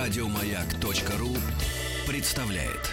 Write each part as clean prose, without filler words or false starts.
Радиомаяк.ру представляет.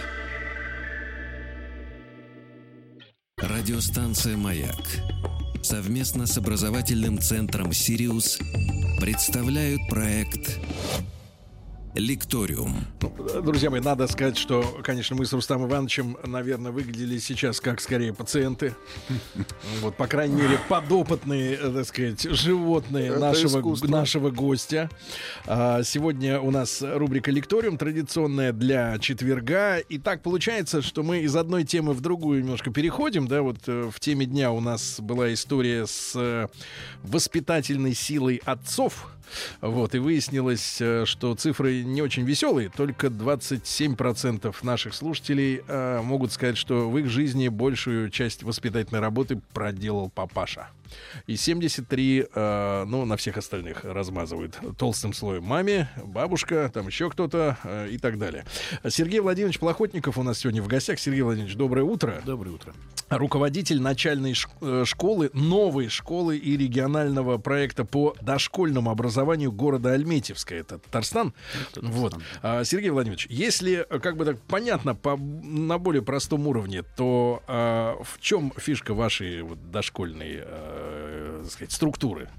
Радиостанция «Маяк» совместно с образовательным центром «Сириус» представляют проект «Лекториум». Друзья мои, надо сказать, что, конечно, мы с Рустамом Ивановичем, наверное, выглядели сейчас как скорее пациенты. Вот, по крайней мере, подопытные, так сказать, животные нашего гостя. Сегодня у нас рубрика «Лекториум», традиционная для четверга. И так получается, что мы из одной темы в другую немножко переходим. Да, вот в теме дня у нас была история с воспитательной силой отцов. Вот, и выяснилось, что цифры не очень веселые. Только 27% наших слушателей могут сказать, что в их жизни большую часть воспитательной работы проделал папаша. И 73, на всех остальных размазывают толстым слоем маме, бабушка, там еще кто-то и так далее. Сергей Владимирович Плохотников у нас сегодня в гостях. Сергей Владимирович, доброе утро. Доброе утро. Руководитель начальной школы, новой школы и регионального проекта по дошкольному образованию города Альметьевска. Это Татарстан. Вот. Сергей Владимирович, если как бы так понятно на более простом уровне, то в чем фишка вашей дошкольной структуры?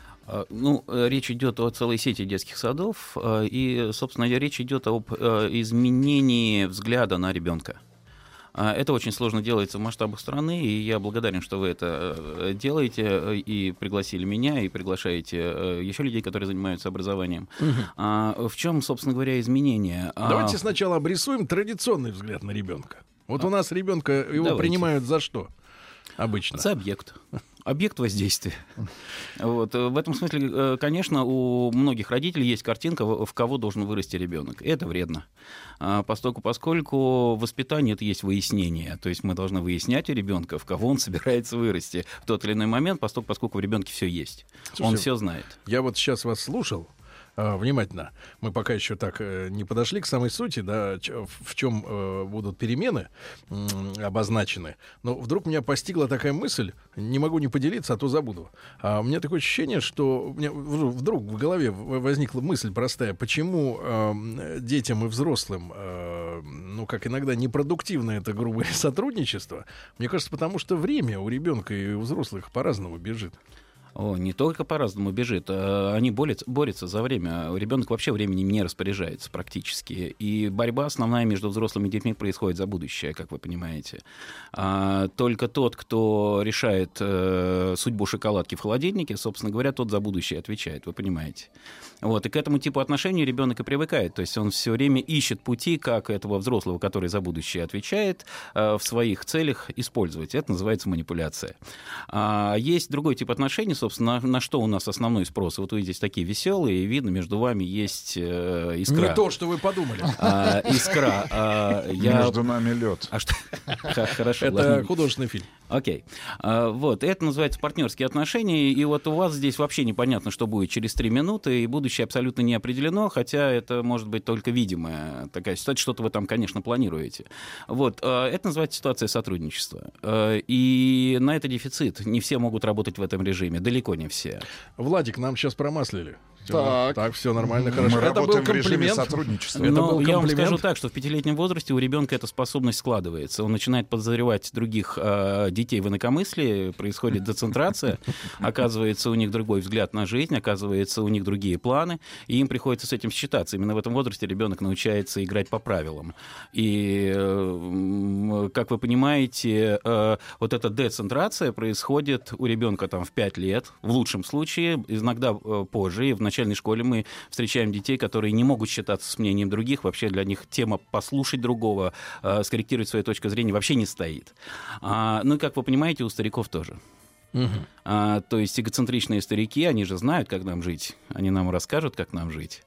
Речь идет о целой сети детских садов, и, собственно, речь идет об изменении взгляда на ребенка. Это очень сложно делается в масштабах страны, и я благодарен, что вы это делаете, и пригласили меня, и приглашаете еще людей, которые занимаются образованием. В чем, собственно говоря, изменения? Давайте сначала обрисуем традиционный взгляд на ребенка. Вот у нас ребенка его принимают за что обычно? За объект. Объект воздействия. Вот. В этом смысле, конечно, у многих родителей есть картинка, в кого должен вырасти ребенок. Это вредно. Поскольку воспитание — это есть выяснение. То есть мы должны выяснять у ребенка, в кого он собирается вырасти в тот или иной момент, поскольку в ребенке все есть. Слушайте, он все знает. Я вот сейчас вас слушал внимательно. Мы пока еще так не подошли к самой сути, да, в чем будут перемены обозначены. Но вдруг меня постигла такая мысль, не могу не поделиться, а то забуду. У меня такое ощущение, что у меня вдруг в голове возникла мысль простая, почему детям и взрослым, как иногда непродуктивно это грубое сотрудничество. Мне кажется, потому что время у ребенка и у взрослых по-разному бежит. Не только по-разному бежит, они борются за время. Ребенок вообще времени не распоряжается практически. И борьба основная между взрослыми и детьми происходит за будущее, как вы понимаете. Только тот, кто решает судьбу шоколадки в холодильнике, собственно говоря, тот за будущее отвечает, вы понимаете. Вот. И к этому типу отношений ребенок и привыкает. То есть он все время ищет пути, как этого взрослого, который за будущее отвечает, в своих целях использовать. Это называется манипуляция. Есть другой тип отношений, собственно, на что у нас основной спрос. Вот вы здесь такие веселые, и видно, между вами есть искра. Не то, что вы подумали. Искра. Между нами лед. Хорошо. Это художественный фильм. Окей. Вот. Это называется партнерские отношения. И вот у вас здесь вообще непонятно, что будет через 3 минуты, и будущее абсолютно не определено, хотя это может быть только видимая такая ситуация, что-то вы там, конечно, планируете. Вот. Это называется ситуация сотрудничества. И на это дефицит. Не все могут работать в этом режиме. Далеко не все. Владик, нам сейчас промаслили. Так, все нормально, хорошо. Мы это был в режиме комплимент. сотрудничества. Я вам скажу так, что в 5-летнем возрасте у ребенка эта способность складывается. Он начинает подозревать других детей в инакомыслии, происходит децентрация, оказывается у них другой взгляд на жизнь, оказывается у них другие планы, и им приходится с этим считаться. Именно в этом возрасте ребенок научается играть по правилам. И, как вы понимаете, вот эта децентрация происходит у ребенка в 5 лет, в лучшем случае, иногда позже, и в начальной школе мы встречаем детей, которые не могут считаться с мнением других. Вообще для них тема послушать другого, скорректировать свою точку зрения вообще не стоит. И, как вы понимаете, у стариков тоже. То есть эгоцентричные старики, они же знают, как нам жить. Они нам расскажут, как нам жить.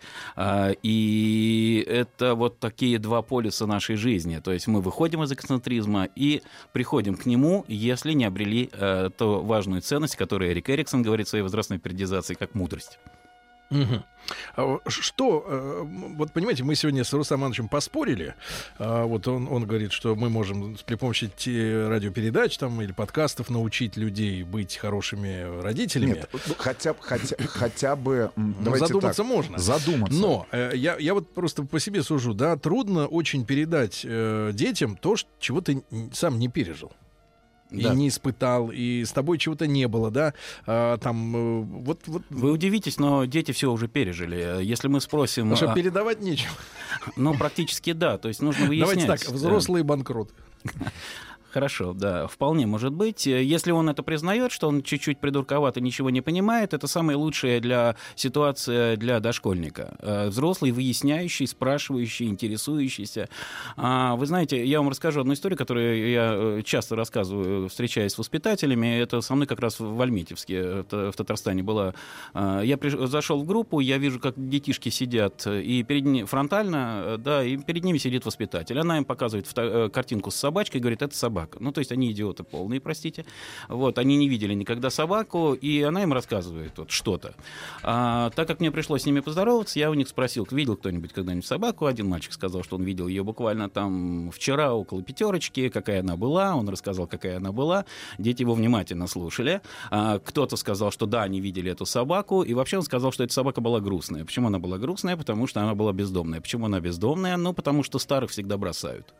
И это вот такие 2 полюса нашей жизни. То есть мы выходим из эгоцентризма и приходим к нему, если не обрели ту важную ценность, которую Эрик Эриксон говорит в своей возрастной периодизации, как мудрость. Что, вот понимаете, мы сегодня с Рустамом Ивановичем поспорили. Вот он говорит, что мы можем при помощи радиопередач там, или подкастов научить людей быть хорошими родителями. Нет, хотя бы задуматься так, можно. Задуматься. Но я вот просто по себе сужу, да, трудно очень передать детям то, чего ты сам не пережил. И не испытал, и с тобой чего-то не было, да, вот. Вы удивитесь, но дети все уже пережили. Если мы спросим... Потому что передавать нечего. Ну, практически да, то есть нужно выяснять. Давайте так, взрослые банкроты. Хорошо, да, вполне может быть. Если он это признает, что он чуть-чуть придурковат и ничего не понимает, это самая лучшая ситуация для дошкольника. Взрослый, выясняющий, спрашивающий, интересующийся. Вы знаете, я вам расскажу одну историю, которую я часто рассказываю, встречаясь с воспитателями. Это со мной как раз в Альметьевске, в Татарстане была. Я зашел в группу, я вижу, как детишки сидят, и фронтально, да, и перед ними сидит воспитатель. Она им показывает картинку с собачкой и говорит, это собака. Ну, то есть они идиоты полные, простите. Вот, они не видели никогда собаку, и она им рассказывает вот что-то. Так как мне пришлось с ними поздороваться, я у них спросил, видел кто-нибудь когда-нибудь собаку? Один мальчик сказал, что он видел ее буквально там вчера около 5, какая она была. Он рассказал, какая она была. Дети его внимательно слушали. Кто-то сказал, что да, они видели эту собаку, и вообще он сказал, что эта собака была грустная. Почему она была грустная? Потому что она была бездомная. Почему она бездомная? Ну, потому что старых всегда бросают.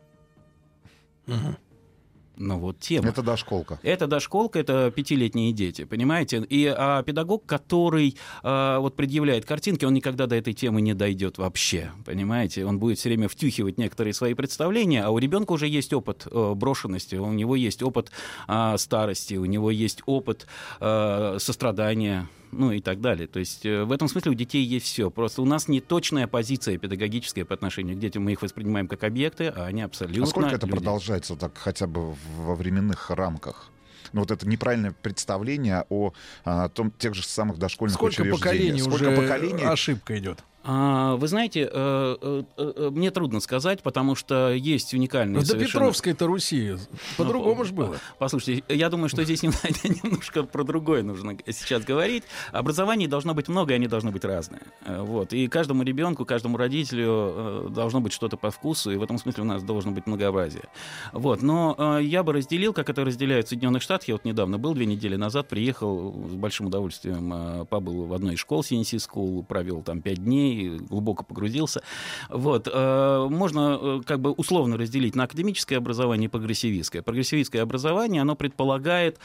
Ну вот тема. Это дошколка. Это дошколка, это 5-летние дети, понимаете? И педагог, который вот предъявляет картинки, он никогда до этой темы не дойдет вообще, понимаете? Он будет все время втюхивать некоторые свои представления, а у ребенка уже есть опыт брошенности, у него есть опыт старости, у него есть опыт сострадания, ну и так далее. То есть в этом смысле у детей есть все. Просто у нас не точная позиция педагогическая по отношению к детям. Мы их воспринимаем как объекты, а они абсолютно... А сколько это люди. Продолжается так хотя бы во временных рамках? Ну, вот это неправильное представление о тех же самых дошкольных учреждениях. Сколько поколений ошибка идет? Вы знаете, мне трудно сказать, потому что есть уникальные совершенно... До Петровской-то Руси по-другому же было. Послушайте, я думаю, что здесь немножко про другое нужно сейчас говорить. Образований должно быть много, и они должны быть разные. Вот. И каждому ребенку, каждому родителю должно быть что-то по вкусу, и в этом смысле у нас должно быть многообразие. Вот. Но я бы разделил, как это разделяют в Соединенных Штатах. Я вот недавно был, 2 недели назад, приехал, с большим удовольствием побыл в одной из школ, CNC School, провел там 5 дней, глубоко погрузился. Вот. Можно как бы условно разделить на академическое образование и прогрессивистское. Прогрессивистское образование, оно предполагает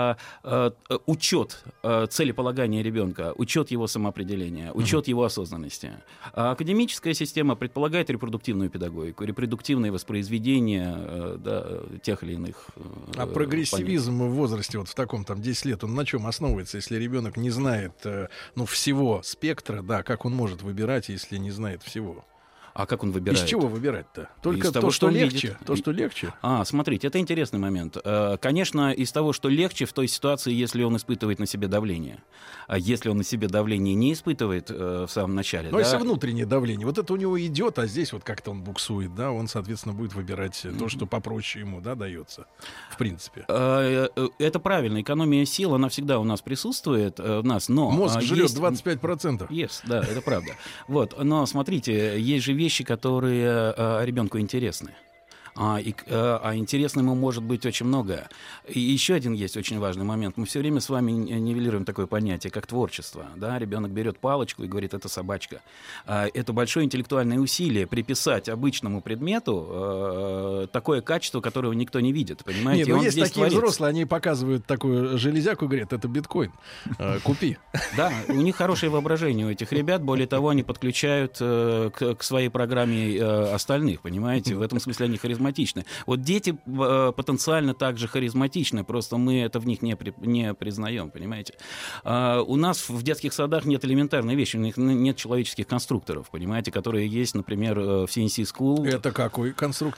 учет целеполагания ребенка, учет его самоопределения, учет его осознанности. А академическая система предполагает репродуктивную педагогику, репродуктивное воспроизведение тех или иных А прогрессивизм в возрасте, вот в таком там 10 лет, он на чем основывается, если ребенок не знает всего спектра, да, как он может выбирать, если не знает всего? А как он выбирает? Из чего выбирать-то? Только из того, что легче? То, что легче? Смотрите, это интересный момент. Конечно, из того, что легче в той ситуации, если он испытывает на себе давление. А если он на себе давление не испытывает в самом начале... Но если внутреннее давление, вот это у него идет, а здесь вот как-то он буксует, да, он, соответственно, будет выбирать то, что попроще ему, да, дается, в принципе. Это правильно. Экономия сил, она всегда у нас присутствует, в нас, но... Мозг жрет 25%. Yes, да, это правда. Вот, но смотрите, есть же вещи, которые ребенку интересны. А интересно ему может быть очень многое. И еще один есть очень важный момент. Мы все время с вами нивелируем такое понятие, как творчество. Да? Ребенок берет палочку и говорит, это собачка. Это большое интеллектуальное усилие приписать обычному предмету такое качество, которого никто не видит. Понимаете? Нет, есть такие взрослые, они показывают такую железяку и говорят, это биткоин, купи. Да, у них хорошее воображение у этих ребят. Более того, они подключают к своей программе остальных. Понимаете? В этом смысле они харизматичны. Вот дети потенциально также харизматичны, просто мы это в них не признаем, понимаете? У нас в детских садах нет элементарной вещи, у них нет человеческих конструкторов, понимаете, которые есть, например, в CNC School. Это какой конструктор?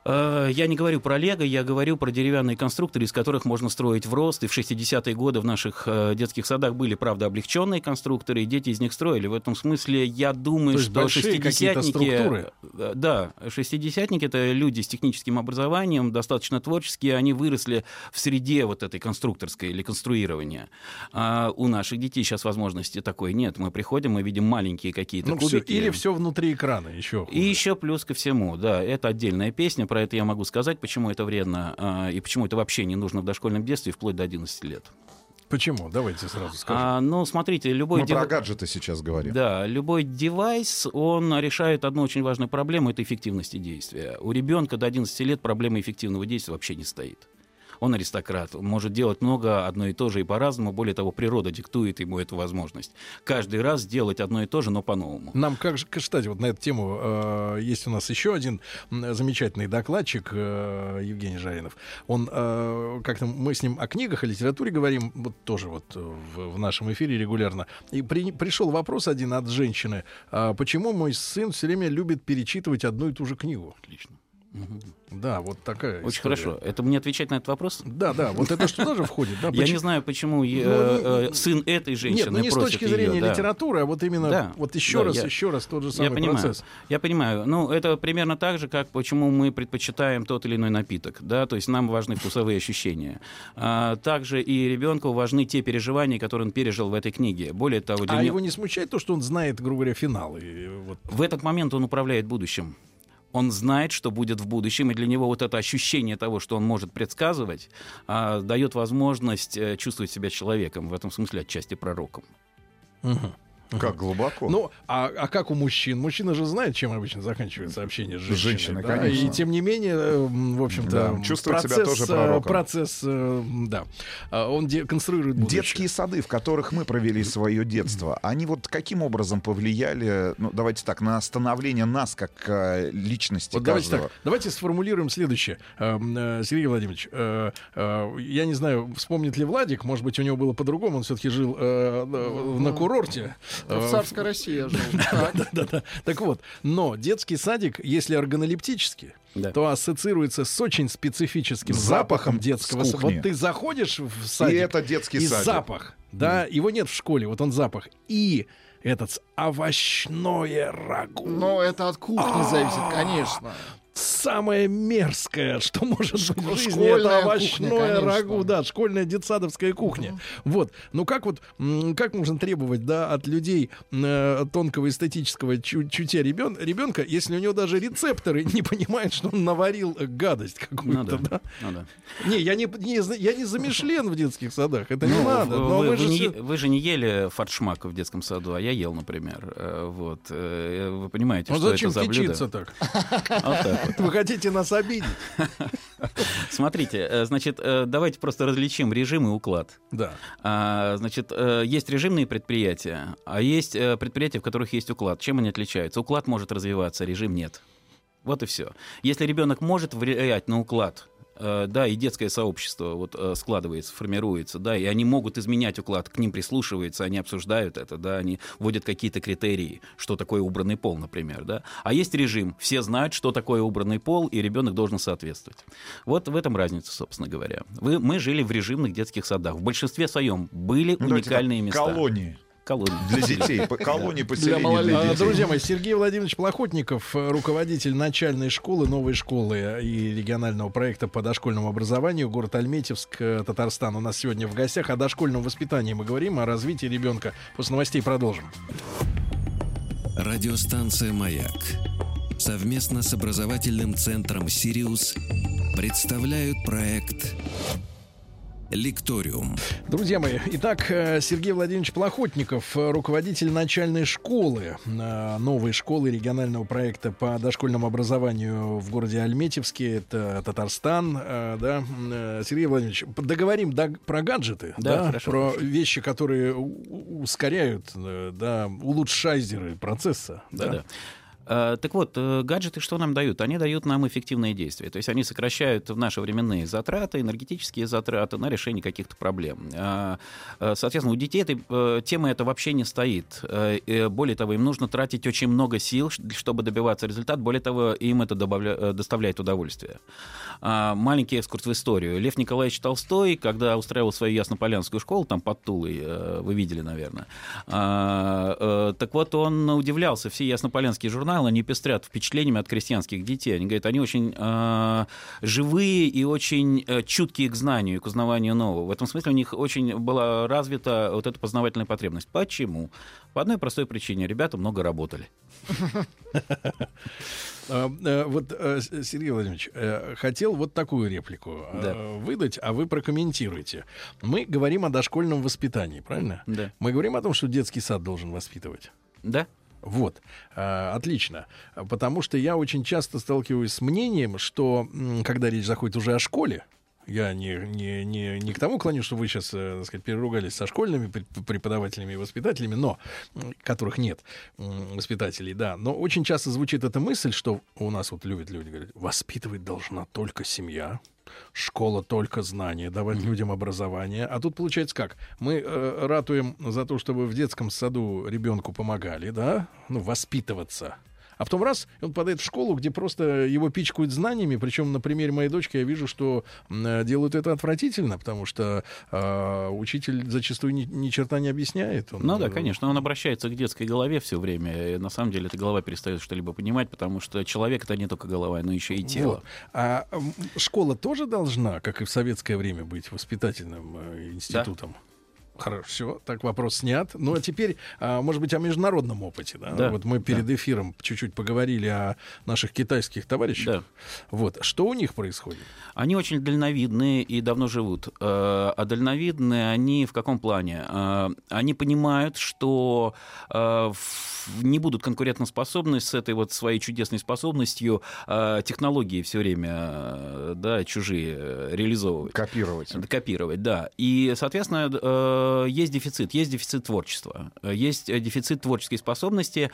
Я не говорю про лего, я говорю про деревянные конструкторы, из которых можно строить в рост. И в 60-е годы в наших детских садах были, правда, облегченные конструкторы, и дети из них строили. В этом смысле я думаю, что шестидесятники... Да, шестидесятники — это люди с техническим образованием, достаточно творческие, они выросли в среде вот этой конструкторской или конструирования. А у наших детей сейчас возможности такой нет. Мы приходим, мы видим маленькие какие-то кубики. Или все внутри экрана еще. И еще плюс ко всему, да, это отдельная песня. Про это я могу сказать, почему это вредно и почему это вообще не нужно в дошкольном детстве вплоть до 11 лет. Почему? Давайте сразу скажем. Ну, смотрите, Мы про гаджеты сейчас говорим. Да, любой девайс, он решает одну очень важную проблему — это эффективность действия. У ребенка до 11 лет проблема эффективного действия вообще не стоит. Он аристократ, он может делать много одно и то же и по-разному. Более того, природа диктует ему эту возможность. Каждый раз делать одно и то же, но по-новому. Нам, кстати, вот на эту тему есть у нас еще один замечательный докладчик, Евгений Жаринов. Он, как-то мы с ним о книгах, о литературе говорим, вот тоже вот в нашем эфире регулярно. И пришел вопрос один от женщины. Почему мой сын все время любит перечитывать одну и ту же книгу? Отлично. Да, вот такая Очень история. хорошо. Это мне отвечать на этот вопрос? Да, вот это что тоже входит? Да? Я не знаю, почему сын этой женщины не с точки зрения ее, литературы, а вот именно вот еще раз тот же самый процесс. Я понимаю. Ну, это примерно так же, как почему мы предпочитаем тот или иной напиток. Да? То есть нам важны вкусовые ощущения. Также и ребенку важны те переживания, которые он пережил в этой книге. Более того, его не смущает то, что он знает, грубо говоря, финал? В этот момент он управляет будущим. Он знает, что будет в будущем, и для него вот это ощущение того, что он может предсказывать, дает возможность чувствовать себя человеком, в этом смысле отчасти пророком. Угу. Как глубоко. Ну, а как у мужчин? Мужчина же знает, чем обычно заканчивается общение с женщиной. Да? Конечно. И тем не менее, в общем-то, чувствует себя тоже пророком. Процесс, он конструирует будущее. Детские сады, в которых мы провели свое детство, они вот каким образом повлияли, давайте так, на становление нас как личности вот каждого? Давайте сформулируем следующее. Сергей Владимирович, я не знаю, вспомнит ли Владик, может быть, у него было по-другому, он все-таки жил на курорте. В царской России я жил. Да. Так вот, но детский садик, если органолептически, то ассоциируется с очень специфическим запахом детского сада. Вот ты заходишь в садик, и это детский садик. Запах, да, его нет в школе, вот он запах. И этот овощное рагу. Но это от кухни зависит, конечно. Самое мерзкое, что может быть в жизни, это овощное рагу, да, школьная детсадовская кухня. Вот, как можно требовать, от людей тонкого эстетического чутья ребенка, если у него даже рецепторы не понимают, что он наварил гадость какую-то, да? Не, я не за Мишлен в детских садах, это не надо. Вы же не ели форшмак в детском саду, а я ел, например. Вот, вы понимаете, что это за блюдо? Зачем кичиться так? Вы хотите нас обидеть? Смотрите, значит, давайте просто различим режим и уклад. Да. Значит, есть режимные предприятия, а есть предприятия, в которых есть уклад. Чем они отличаются? Уклад может развиваться, режим нет. Вот и все. Если ребенок может влиять на уклад, и детское сообщество складывается, формируется, и они могут изменять уклад, к ним прислушиваются, они обсуждают это, они вводят какие-то критерии, что такое убранный пол, например, А есть режим, все знают, что такое убранный пол, и ребенок должен соответствовать. Вот в этом разница, собственно говоря. Мы жили в режимных детских садах. В большинстве своем были уникальные места. Колонии. Для детей, колонии поселения для детей. Друзья мои, Сергей Владимирович Плохотников, руководитель начальной школы, новой школы и регионального проекта по дошкольному образованию, город Альметьевск, Татарстан. У нас сегодня в гостях. О дошкольном воспитании мы говорим, о развитии ребенка. После новостей продолжим. Радиостанция «Маяк» совместно с образовательным центром «Сириус» представляют проект «Лекториум». Друзья мои, итак, Сергей Владимирович Плохотников, руководитель начальной школы, новой школы регионального проекта по дошкольному образованию в городе Альметьевске, это Татарстан, Сергей Владимирович, договорим про гаджеты, про вещи, которые ускоряют, улучшайзеры процесса. Так вот, гаджеты что нам дают? Они дают нам эффективные действия. То есть они сокращают в наши временные затраты, энергетические затраты на решение каких-то проблем. Соответственно, у детей тема эта вообще не стоит. Более того, им нужно тратить очень много сил, чтобы добиваться результата. Более того, им это доставляет удовольствие. Маленький экскурс в историю. Лев Николаевич Толстой, когда устраивал свою Яснополянскую школу, там под Тулой, вы видели, наверное, так вот, он удивлялся. Все яснополянские журналы, они пестрят впечатлениями от крестьянских детей. Они говорят, они очень живые и очень чуткие к знанию и к узнаванию нового. В этом смысле у них очень была развита вот эта познавательная потребность. Почему? По одной простой причине. Ребята много работали. Вот, Сергей Владимирович, хотел вот такую реплику выдать, а вы прокомментируете. Мы говорим о дошкольном воспитании, правильно? Да. Мы говорим о том, что детский сад должен воспитывать. Да. Вот, отлично. Потому что я очень часто сталкиваюсь с мнением, что когда речь заходит уже о школе, я не к тому клоню, что вы сейчас, так сказать, переругались со школьными преподавателями и воспитателями, но которых нет воспитателей, да. Но очень часто звучит эта мысль, что у нас вот любят люди говорить, воспитывать должна только семья, школа только знания, давать людям образование. А тут получается как? Мы ратуем за то, чтобы в детском саду ребенку помогали, да, воспитываться. А потом раз, он попадает в школу, где просто его пичкают знаниями. Причем на примере моей дочки я вижу, что делают это отвратительно, потому что учитель зачастую ни черта не объясняет. Да, конечно. Он обращается к детской голове все время. И на самом деле эта голова перестает что-либо понимать, потому что человек — это не только голова, но еще и тело. Вот. А школа тоже должна, как и в советское время, быть воспитательным институтом? Да. Хорошо, все, так вопрос снят. Ну, а теперь, может быть, о международном опыте. Да? Да. Вот мы перед эфиром чуть-чуть поговорили о наших китайских товарищах. Да. Вот. Что у них происходит? Они очень дальновидные и давно живут. А дальновидные они в каком плане? Они понимают, что не будут конкурентоспособны с этой вот своей чудесной способностью технологии все время, да, чужие реализовывать. Копировать, да. И, соответственно, есть дефицит творчества, есть дефицит творческой способности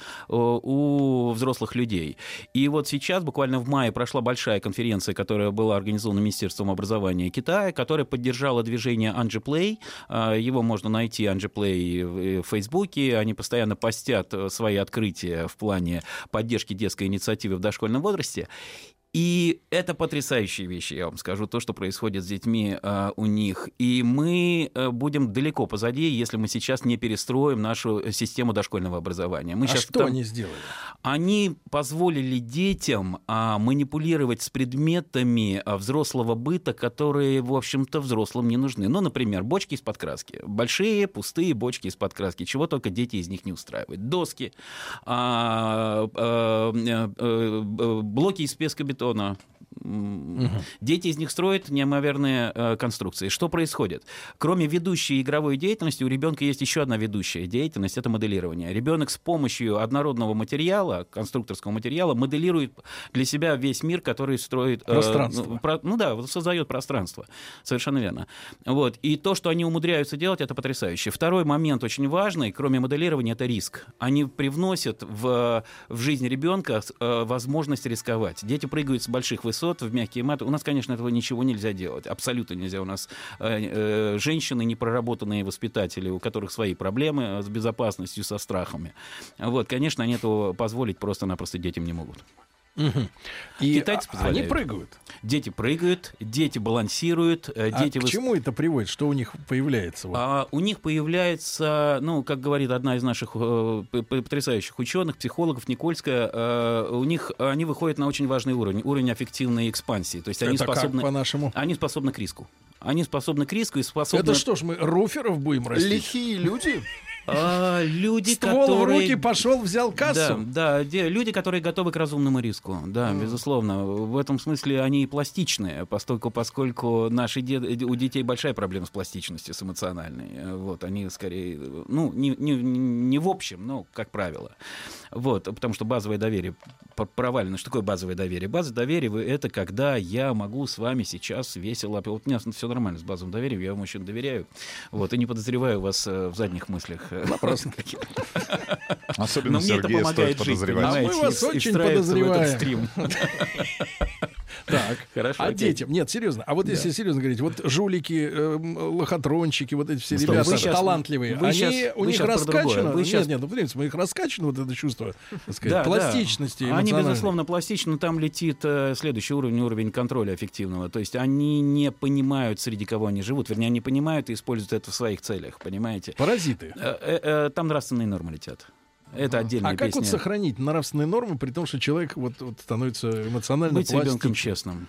у взрослых людей. И вот сейчас, буквально в мае, прошла большая конференция, которая была организована Министерством образования Китая, которая поддержала движение Anjiplay. Его можно найти, Anjiplay, в Фейсбуке. Они постоянно постят свои открытия в плане поддержки детской инициативы в дошкольном возрасте. И это потрясающие вещи, я вам скажу, то, что происходит с детьми у них. И мы будем далеко позади, если мы сейчас не перестроим нашу систему дошкольного образования. Что они сделали? Они позволили детям манипулировать с предметами взрослого быта, которые, в общем-то, взрослым не нужны. Ну, например, бочки из-под краски. Большие, пустые бочки из-под краски. Чего только дети из них не устраивают. Доски, блоки из пескобетона. Дети из них строят неимоверные конструкции. Что происходит? Кроме ведущей игровой деятельности, у ребенка есть еще одна ведущая деятельность — это моделирование. Ребенок с помощью однородного материала, конструкторского материала, моделирует для себя весь мир, который строит... Пространство. Создает пространство. Совершенно верно. Вот. И то, что они умудряются делать, это потрясающе. Второй момент очень важный, кроме моделирования, это риск. Они привносят в жизнь ребенка возможность рисковать. Дети прыгают с больших высот в мягкие маты. У нас, конечно, этого ничего нельзя делать. Абсолютно нельзя. У нас женщины, непроработанные воспитатели, у которых свои проблемы с безопасностью, со страхами. Вот, конечно, они этого позволить просто-напросто детям не могут. И китайцы позволяют. Они прыгают. Дети прыгают, дети балансируют. Дети к чему это приводит? Что у них появляется? У них появляется, как говорит одна из наших потрясающих ученых, психологов, Никольская, они выходят на очень важный уровень аффективной экспансии. То есть они способны, как по-нашему? Они способны к риску. Они способны к риску и способны... Это что ж, мы руферов будем растить? Лихие люди? Люди, ствол которые... в руки, пошел, взял кассу. Да, люди, которые готовы к разумному риску. Да, безусловно. В этом смысле они пластичные, поскольку у детей большая проблема с пластичностью, с эмоциональной. Вот, они скорее, не в общем, но как правило. Вот, потому что базовое доверие провалено. Что такое базовое доверие? Базовое доверие — это когда я могу с вами сейчас весело... Вот у меня все нормально с базовым доверием, я вам очень доверяю. Вот, и не подозреваю вас в задних мыслях. Просто Особенно Сергея стоит подозревать. Мы вас очень подозреваем. Так, хорошо. А детям? Нет, серьезно. А вот если серьезно говорить, вот жулики, лохотрончики, вот эти все ребята талантливые, у них раскачано? Нет, ну, в принципе, у них раскачано вот это чувство, так сказать, пластичности. Они, безусловно, пластичны, но там летит следующий уровень контроля эффективного. То есть они не понимают, среди кого они живут. Вернее, они понимают и используют это в своих целях, понимаете? Паразиты. Там нравственные нормы летят. Это отдельная песня. А как вот сохранить нравственные нормы, при том, что человек вот становится эмоционально быть пластичным? Быть ребенком честным.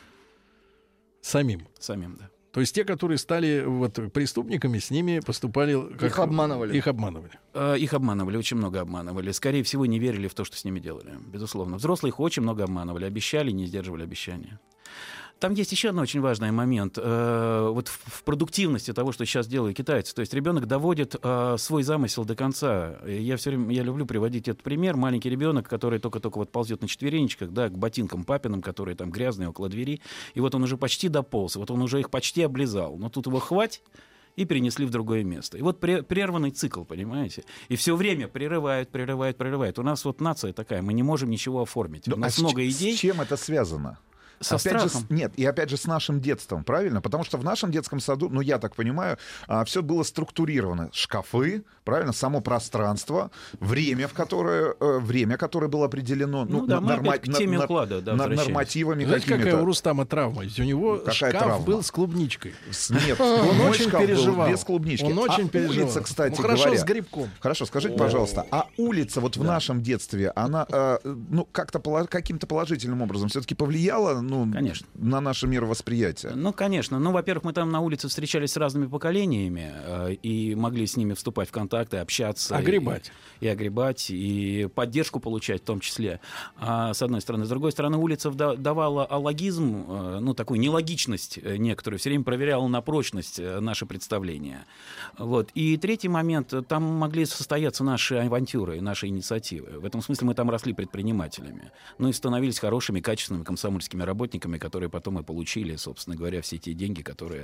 Самим, да. То есть те, которые стали вот преступниками, с ними поступали... Их обманывали. Их обманывали. Их обманывали, очень много обманывали. Скорее всего, не верили в то, что с ними делали. Безусловно. Взрослые их очень много обманывали. Обещали, не сдерживали обещания. Там есть еще один очень важный момент вот в продуктивности того, что сейчас делают китайцы. То есть ребенок доводит свой замысел до конца. Я люблю приводить этот пример. Маленький ребенок, который только-только вот ползет на четверенечках, да, к ботинкам папиным, которые там грязные около двери. И вот он уже почти дополз, вот он уже их почти облизал. Но тут его хвать и перенесли в другое место. И вот прерванный цикл, понимаете? И все время прерывают. У нас вот нация такая, мы не можем ничего оформить. У нас много идей. С чем это связано? Со опять страхом. И опять же с нашим детством, правильно? Потому что в нашем детском саду, ну я так понимаю, все было структурировано. Шкафы, правильно, само пространство, время, которое было определено к теме уклада, нормативами какими-то. Знаете, какая у Рустама травма? У него шкаф был с клубничкой. Нет, он очень переживал. Без клубнички. Он очень переживал. Улица, кстати хорошо, говоря, с грибком. Хорошо, скажите, пожалуйста, а улица вот в нашем детстве, она как-то каким-то положительным образом все-таки повлияла конечно. На наше мировосприятие? Ну, конечно. Ну, во-первых, мы там на улице встречались с разными поколениями и могли с ними вступать в контакты, общаться. Огребать. И огребать, и поддержку получать в том числе. С одной стороны. С другой стороны, улица давала алогизм, такую нелогичность некоторую, все время проверяла на прочность наши представления. Вот. И третий момент. Там могли состояться наши авантюры, наши инициативы. В этом смысле мы там росли предпринимателями. Ну и становились хорошими, качественными комсомольскими работниками, которые потом и получили, собственно говоря, все те деньги, которые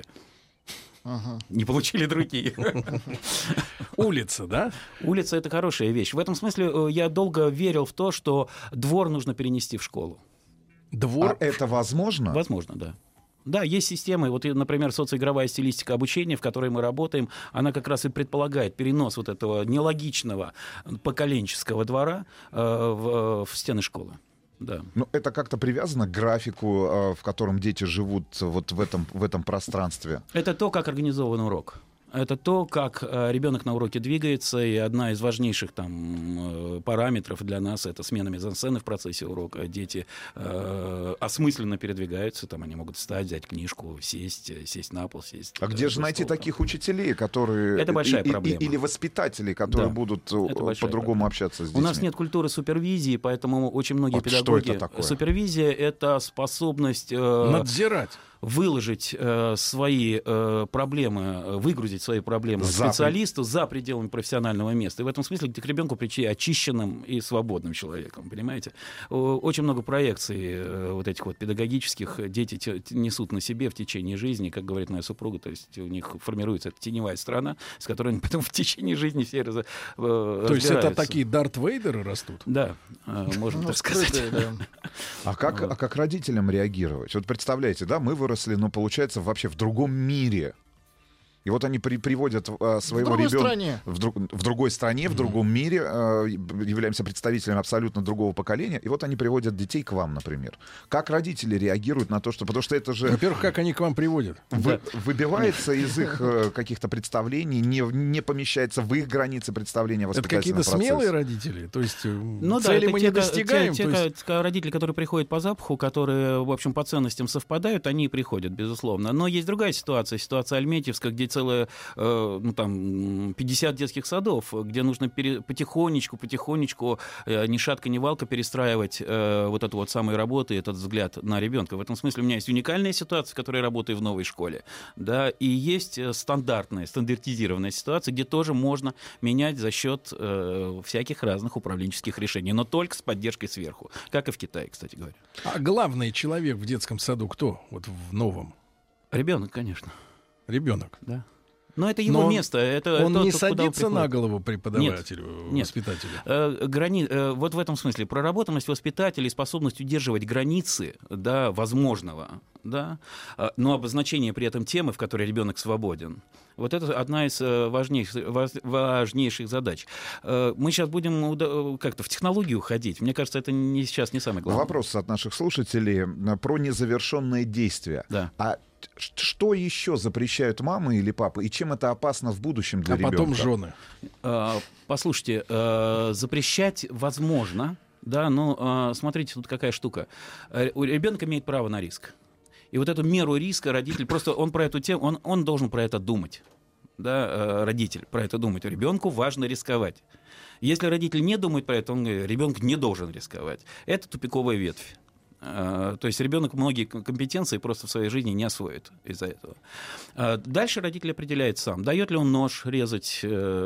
не получили другие. Улица, да? Улица — это хорошая вещь. В этом смысле я долго верил в то, что двор нужно перенести в школу. Двор? А это возможно? Возможно, да. Да, есть системы, вот, например, социоигровая стилистика обучения, в которой мы работаем, она как раз и предполагает перенос вот этого нелогичного поколенческого двора в стены школы. Да. Ну, это как-то привязано к графику, в котором дети живут вот в этом пространстве? Это то, как организован урок. Это то, как ребенок на уроке двигается, и одна из важнейших там параметров для нас — это смена мизансцены в процессе урока. Дети осмысленно передвигаются, там они могут встать, взять книжку, сесть на пол, сесть. А где же найти таких учителей, которые... Это большая проблема. Или воспитателей, которые будут по-другому общаться с детьми? У нас нет культуры супервизии, поэтому очень многие педагоги... Что это такое? Супервизия — это способность... надзирать. Выложить свои проблемы, выгрузить свои проблемы специалисту за пределами профессионального места. И в этом смысле к ребенку прийти очищенным и свободным человеком, понимаете? Очень много проекций вот этих вот педагогических дети несут на себе в течение жизни, как говорит моя супруга, то есть у них формируется эта теневая страна, с которой они потом в течение жизни все разбираются. То есть это такие Дарт Вейдеры растут? Да, можно так сказать. А как родителям реагировать? Вот представляете, да, мы выросли, получается, вообще в другом мире. И вот они приводят своего ребенка в другой стране, в другом мире, являемся представителями абсолютно другого поколения, и вот они приводят детей к вам, например. Как родители реагируют на то, что... Потому что это же... Во-первых, как они к вам приводят? Выбивается из их каких-то представлений, не помещается в их границы представления воспитательного процесса. Это какие-то смелые родители? То есть цели мы не достигаем? Те родители, которые приходят по запаху, которые, в общем, по ценностям совпадают, они и приходят, безусловно. Но есть другая ситуация Альметьевска, где целые 50 детских садов, где нужно потихонечку, ни шатка, ни валка перестраивать вот эту вот самую работу и этот взгляд на ребенка. В этом смысле у меня есть уникальная ситуация, в которой я работаю в новой школе, да, и есть стандартизированная ситуация, где тоже можно менять за счет всяких разных управленческих решений, но только с поддержкой сверху, как и в Китае, кстати говоря. А главный человек в детском саду кто? Вот в новом? Ребенок, конечно. Ребенок. Да. Но это его место. Он не садится на голову преподавателю, воспитателю? Вот в этом смысле проработанность воспитателей, способность удерживать границы, да, возможного, да, но обозначение при этом темы, в которой ребенок свободен. Вот это одна из важнейших задач. Мы сейчас будем как-то в технологию уходить. Мне кажется, это сейчас не самое главное. Вопрос от наших слушателей про незавершенные действия. Да. А что еще запрещают мамы или папы, и чем это опасно в будущем для ребенка? А потом жены. Послушайте, запрещать возможно, да, но смотрите, тут какая штука. Ребенок имеет право на риск. И вот эту меру риска родитель, просто он про эту тему, он должен про это думать. Да, родитель про это думать. Ребенку важно рисковать. Если родитель не думает про это, он говорит, ребенок не должен рисковать. Это тупиковая ветвь. То есть ребенок многие компетенции просто в своей жизни не освоит из-за этого. Дальше родитель определяет сам, дает ли он нож резать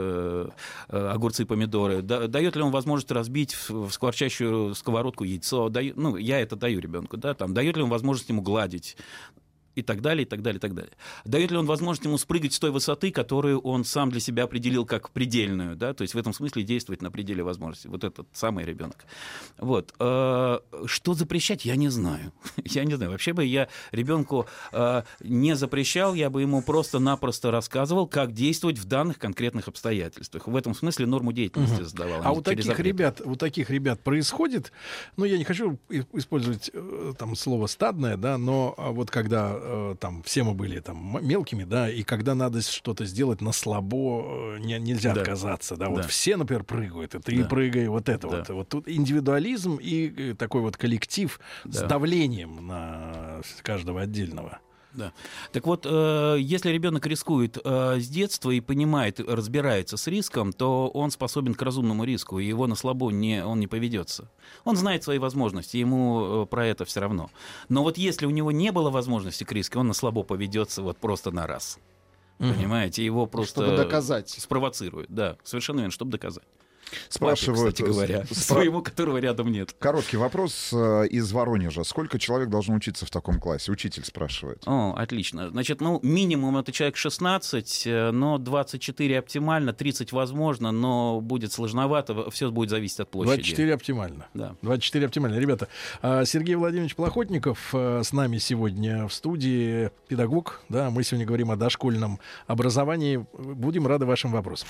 огурцы, помидоры, дает ли он возможность разбить в скворчащую сковородку яйцо, я это даю ребенку, да, там, дает ли он возможность ему гладить, и так далее, и так далее, и так далее. Дает ли он возможность ему спрыгать с той высоты, которую он сам для себя определил как предельную, да, то есть в этом смысле действовать на пределе возможностей. Вот этот самый ребенок. Вот. Что запрещать, я не знаю. Я не знаю. Вообще бы я ребенку не запрещал, я бы ему просто-напросто рассказывал, как действовать в данных конкретных обстоятельствах. В этом смысле норму деятельности задавал. А у таких ребят происходит, я не хочу использовать там слово «стадное», да, но вот когда там все мы были там мелкими, да, и когда надо что-то сделать на слабо, нельзя отказаться, да, вот все, например, прыгают, и ты прыгай, вот это вот тут индивидуализм и такой вот коллектив с давлением на каждого отдельного. Да. Так вот, если ребенок рискует с детства и понимает, разбирается с риском, то он способен к разумному риску, и его на слабо он не поведется. Он знает свои возможности, ему про это все равно. Но вот если у него не было возможности к риску, он на слабо поведется вот просто на раз. Понимаете, его просто чтобы доказать. Спровоцируют. Да, совершенно верно, чтобы доказать. Спрашивают, кстати говоря, своему, которого рядом нет. Короткий вопрос из Воронежа. Сколько человек должно учиться в таком классе? Учитель спрашивает. Отлично. Значит, минимум это человек 16, но 24 оптимально, 30 возможно, но будет сложновато, все будет зависеть от площади. 24 оптимально. Да. 24 оптимально. Ребята, Сергей Владимирович Плохотников с нами сегодня в студии, педагог. Да, мы сегодня говорим о дошкольном образовании. Будем рады вашим вопросам.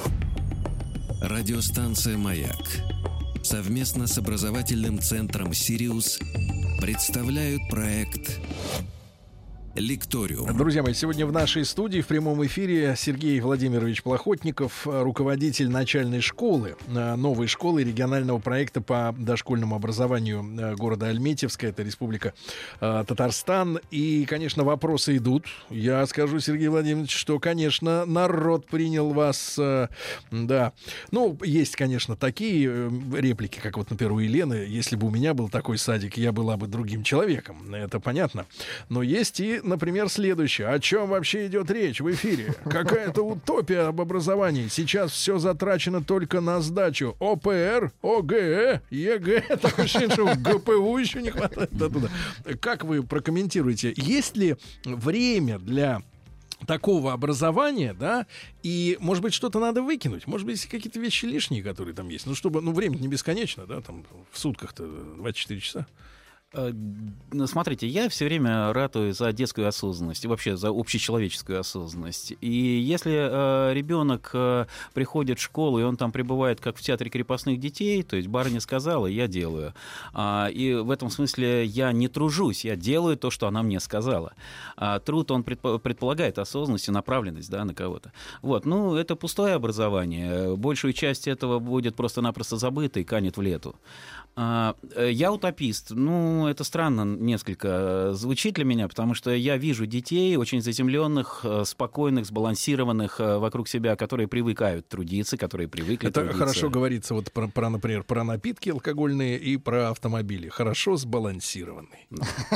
Радиостанция «Маяк» совместно с образовательным центром «Сириус» представляют проект «Лекториум». Друзья мои, сегодня в нашей студии в прямом эфире Сергей Владимирович Плохотников, руководитель начальной школы, новой школы регионального проекта по дошкольному образованию города Альметьевска, это Республика Татарстан. И, конечно, вопросы идут. Я скажу, Сергей Владимирович, что, конечно, народ принял вас, да. Есть, конечно, такие реплики, как вот, например, у Елены. Если бы у меня был такой садик, я была бы другим человеком. Это понятно. Но есть и, например, следующее. О чем вообще идет речь в эфире? Какая-то утопия об образовании. Сейчас все затрачено только на сдачу. ОПР, ОГЭ, ЕГЭ. Такое ощущение, что ГПУ еще не хватает. Как вы прокомментируете? Есть ли время для такого образования, да, и, может быть, что-то надо выкинуть? Может быть, есть какие-то вещи лишние, которые там есть? Чтобы, время не бесконечно, да, там в сутках-то 24 часа. Смотрите, я все время ратую за детскую осознанность и вообще за общечеловеческую осознанность. И если ребенок приходит в школу, и он там пребывает как в театре крепостных детей, то есть барыня сказала, я делаю. И в этом смысле я не тружусь, я делаю то, что она мне сказала. Труд, он предполагает осознанность и направленность, да, на кого-то. Вот, это пустое образование. Большую часть этого будет просто-напросто забыто и канет в лету. Я утопист. Это странно несколько звучит для меня, потому что я вижу детей очень заземленных, спокойных, сбалансированных вокруг себя, которые привыкают трудиться, которые привыкли Это трудиться. Хорошо говорится вот например, про напитки алкогольные и про автомобили. Хорошо сбалансированный.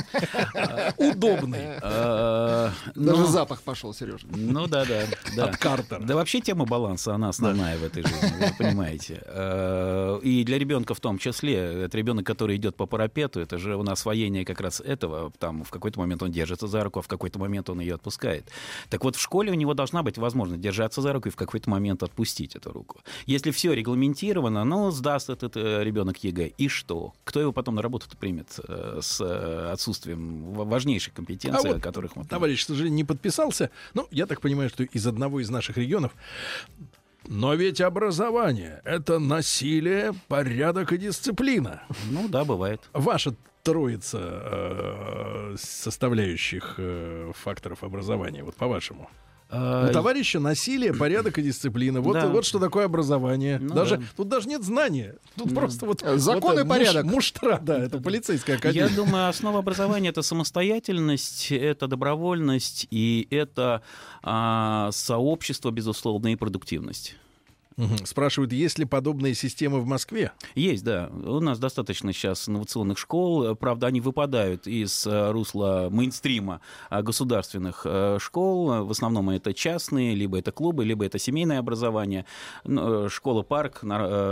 Удобный. Даже запах пошел, Сережа. Да. От Картера. Да вообще тема баланса, она основная в этой жизни, вы понимаете. И для ребенка в том числе. Это ребенок, который идет по парапету, это же же на освоение как раз этого, там в какой-то момент он держится за руку, а в какой-то момент он ее отпускает. Так вот, в школе у него должна быть возможность держаться за руку и в какой-то момент отпустить эту руку. Если все регламентировано, ну, сдаст этот ребенок ЕГЭ, и что? Кто его потом на работу-то примет с отсутствием важнейших компетенций, о которых мы... Товарищ, к сожалению, не подписался. Ну, я так понимаю, что из одного из наших регионов. Но ведь образование — это насилие, порядок и дисциплина. Ну да, бывает. Ваша троица составляющих факторов образования, вот по-вашему. У товарища насилие, порядок и дисциплина. Вот что такое образование. Тут даже нет знания. Тут просто вот закон и порядок. Муштра, да, это полицейская академия. Я думаю, основа образования — это самостоятельность, это добровольность и это сообщество, безусловно, и продуктивность. Спрашивают, есть ли подобные системы в Москве? Есть, да. У нас достаточно сейчас инновационных школ. Правда, они выпадают из русла мейнстрима государственных школ. В основном это частные, либо это клубы, либо это семейное образование. Школа-парк,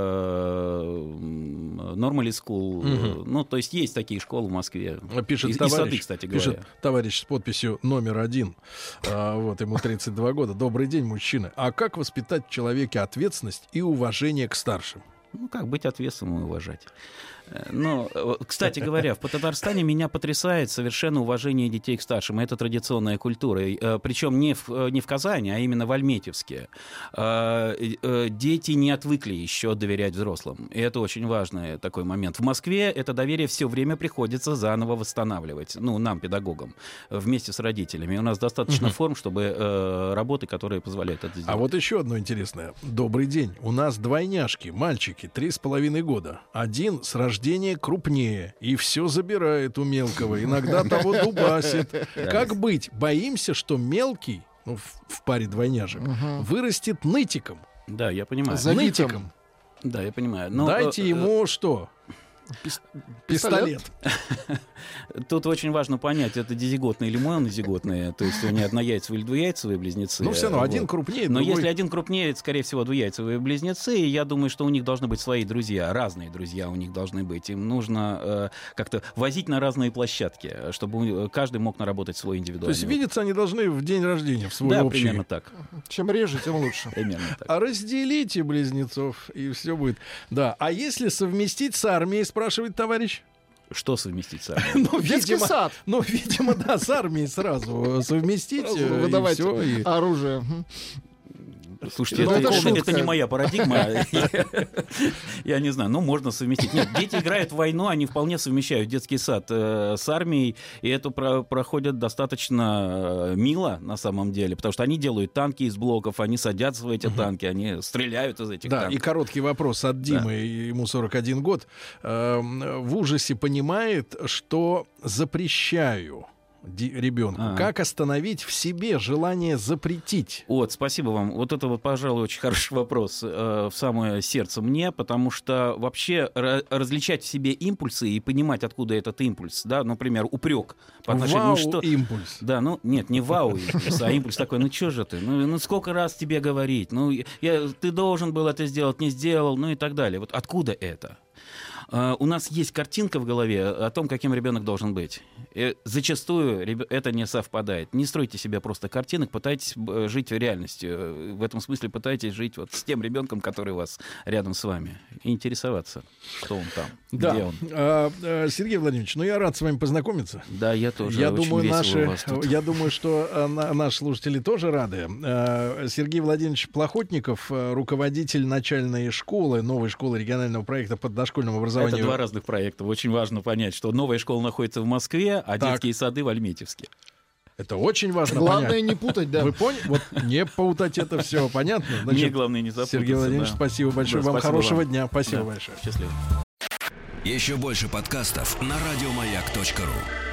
Нормали Скул. Ну, то есть есть такие школы в Москве. Пишет и сады, кстати говоря. Пишет товарищ с подписью номер 1. Вот, ему 32 года. Добрый день, мужчина. А как воспитать в человеке ответственность и уважение к старшим? Ну, как быть ответственным и уважать. Но, кстати говоря, в Татарстане меня потрясает совершенно уважение детей к старшим. Это традиционная культура. Причем не в Казани, а именно в Альметьевске. Дети не отвыкли еще доверять взрослым. И это очень важный такой момент. В Москве это доверие все время приходится заново восстанавливать. Ну, нам, педагогам, вместе с родителями. У нас достаточно форм, чтобы работы, которые позволяют это сделать. А вот еще одно интересное. Добрый день. У нас двойняшки, мальчики, 3,5 года. Один с рождения крупнее и все забирает у мелкого. Иногда того дубасит. Как быть? Боимся, что мелкий, ну, в паре двойняшек, вырастет нытиком. Да, я понимаю. Нытиком. Да, я понимаю. Но, дайте ему что? Пистолет. Тут очень важно понять, это дизиготные или монозиготные, то есть они однояйцевые или двуяйцевые близнецы. Ну, все равно, один крупнее, но другой... если один крупнее, это, скорее всего, двуяйцевые близнецы, и я думаю, что у них должны быть свои друзья, разные друзья у них должны быть. Им нужно как-то возить на разные площадки, чтобы каждый мог наработать свой индивидуальный. То есть видеться они должны в день рождения, в свой да, общий. примерно так. Чем реже, тем лучше. Примерно так. А разделите близнецов, и все будет. Да. А если совместить с армией, спрашивает товарищ? Что совместить с армией? Детский сад. Ну, видимо, да, с армией сразу совместить. Выдавать оружие. Слушайте, это не моя парадигма. Я не знаю, можно совместить. Нет, дети играют в войну, они вполне совмещают детский сад с армией, и это проходит достаточно мило на самом деле, потому что они делают танки из блоков, они садятся в эти танки, они стреляют из этих танков. Да, и короткий вопрос от Димы, ему 41 год. В ужасе понимает, что запрещаю ребенку. Как остановить в себе желание запретить? Вот, спасибо вам. Вот это вот, пожалуй, очень хороший вопрос в самое сердце мне, потому что вообще различать в себе импульсы и понимать, откуда этот импульс, да, например, упрек по отношению что импульс. Да, ну нет, не вау импульс, а импульс такой, ну что же ты, ну сколько раз тебе говорить, ты должен был это сделать, не сделал, ну и так далее. Вот откуда это? У нас есть картинка в голове о том, каким ребенок должен быть. И зачастую это не совпадает. Не стройте себе просто картинок, пытайтесь жить в реальности. В этом смысле пытайтесь жить вот с тем ребенком, который у вас рядом с вами, и интересоваться, что он там, где он. Сергей Владимирович, я рад с вами познакомиться. Да, я тоже. Я думаю, что наши слушатели тоже рады. Сергей Владимирович Плохотников, руководитель начальной школы, новой школы регионального проекта по дошкольному образованию. Это два разных проекта. Очень важно понять, что новая школа находится в Москве, а детские сады в Альметьевске. Это очень важно. Главное не путать, да. Вы поняли? Вот не путать это все, понятно? Мне главное не запутаться. Сергей Владимирович, спасибо большое. Вам хорошего дня. Спасибо большое. Счастливо. Еще больше подкастов на радиомаяк.ру.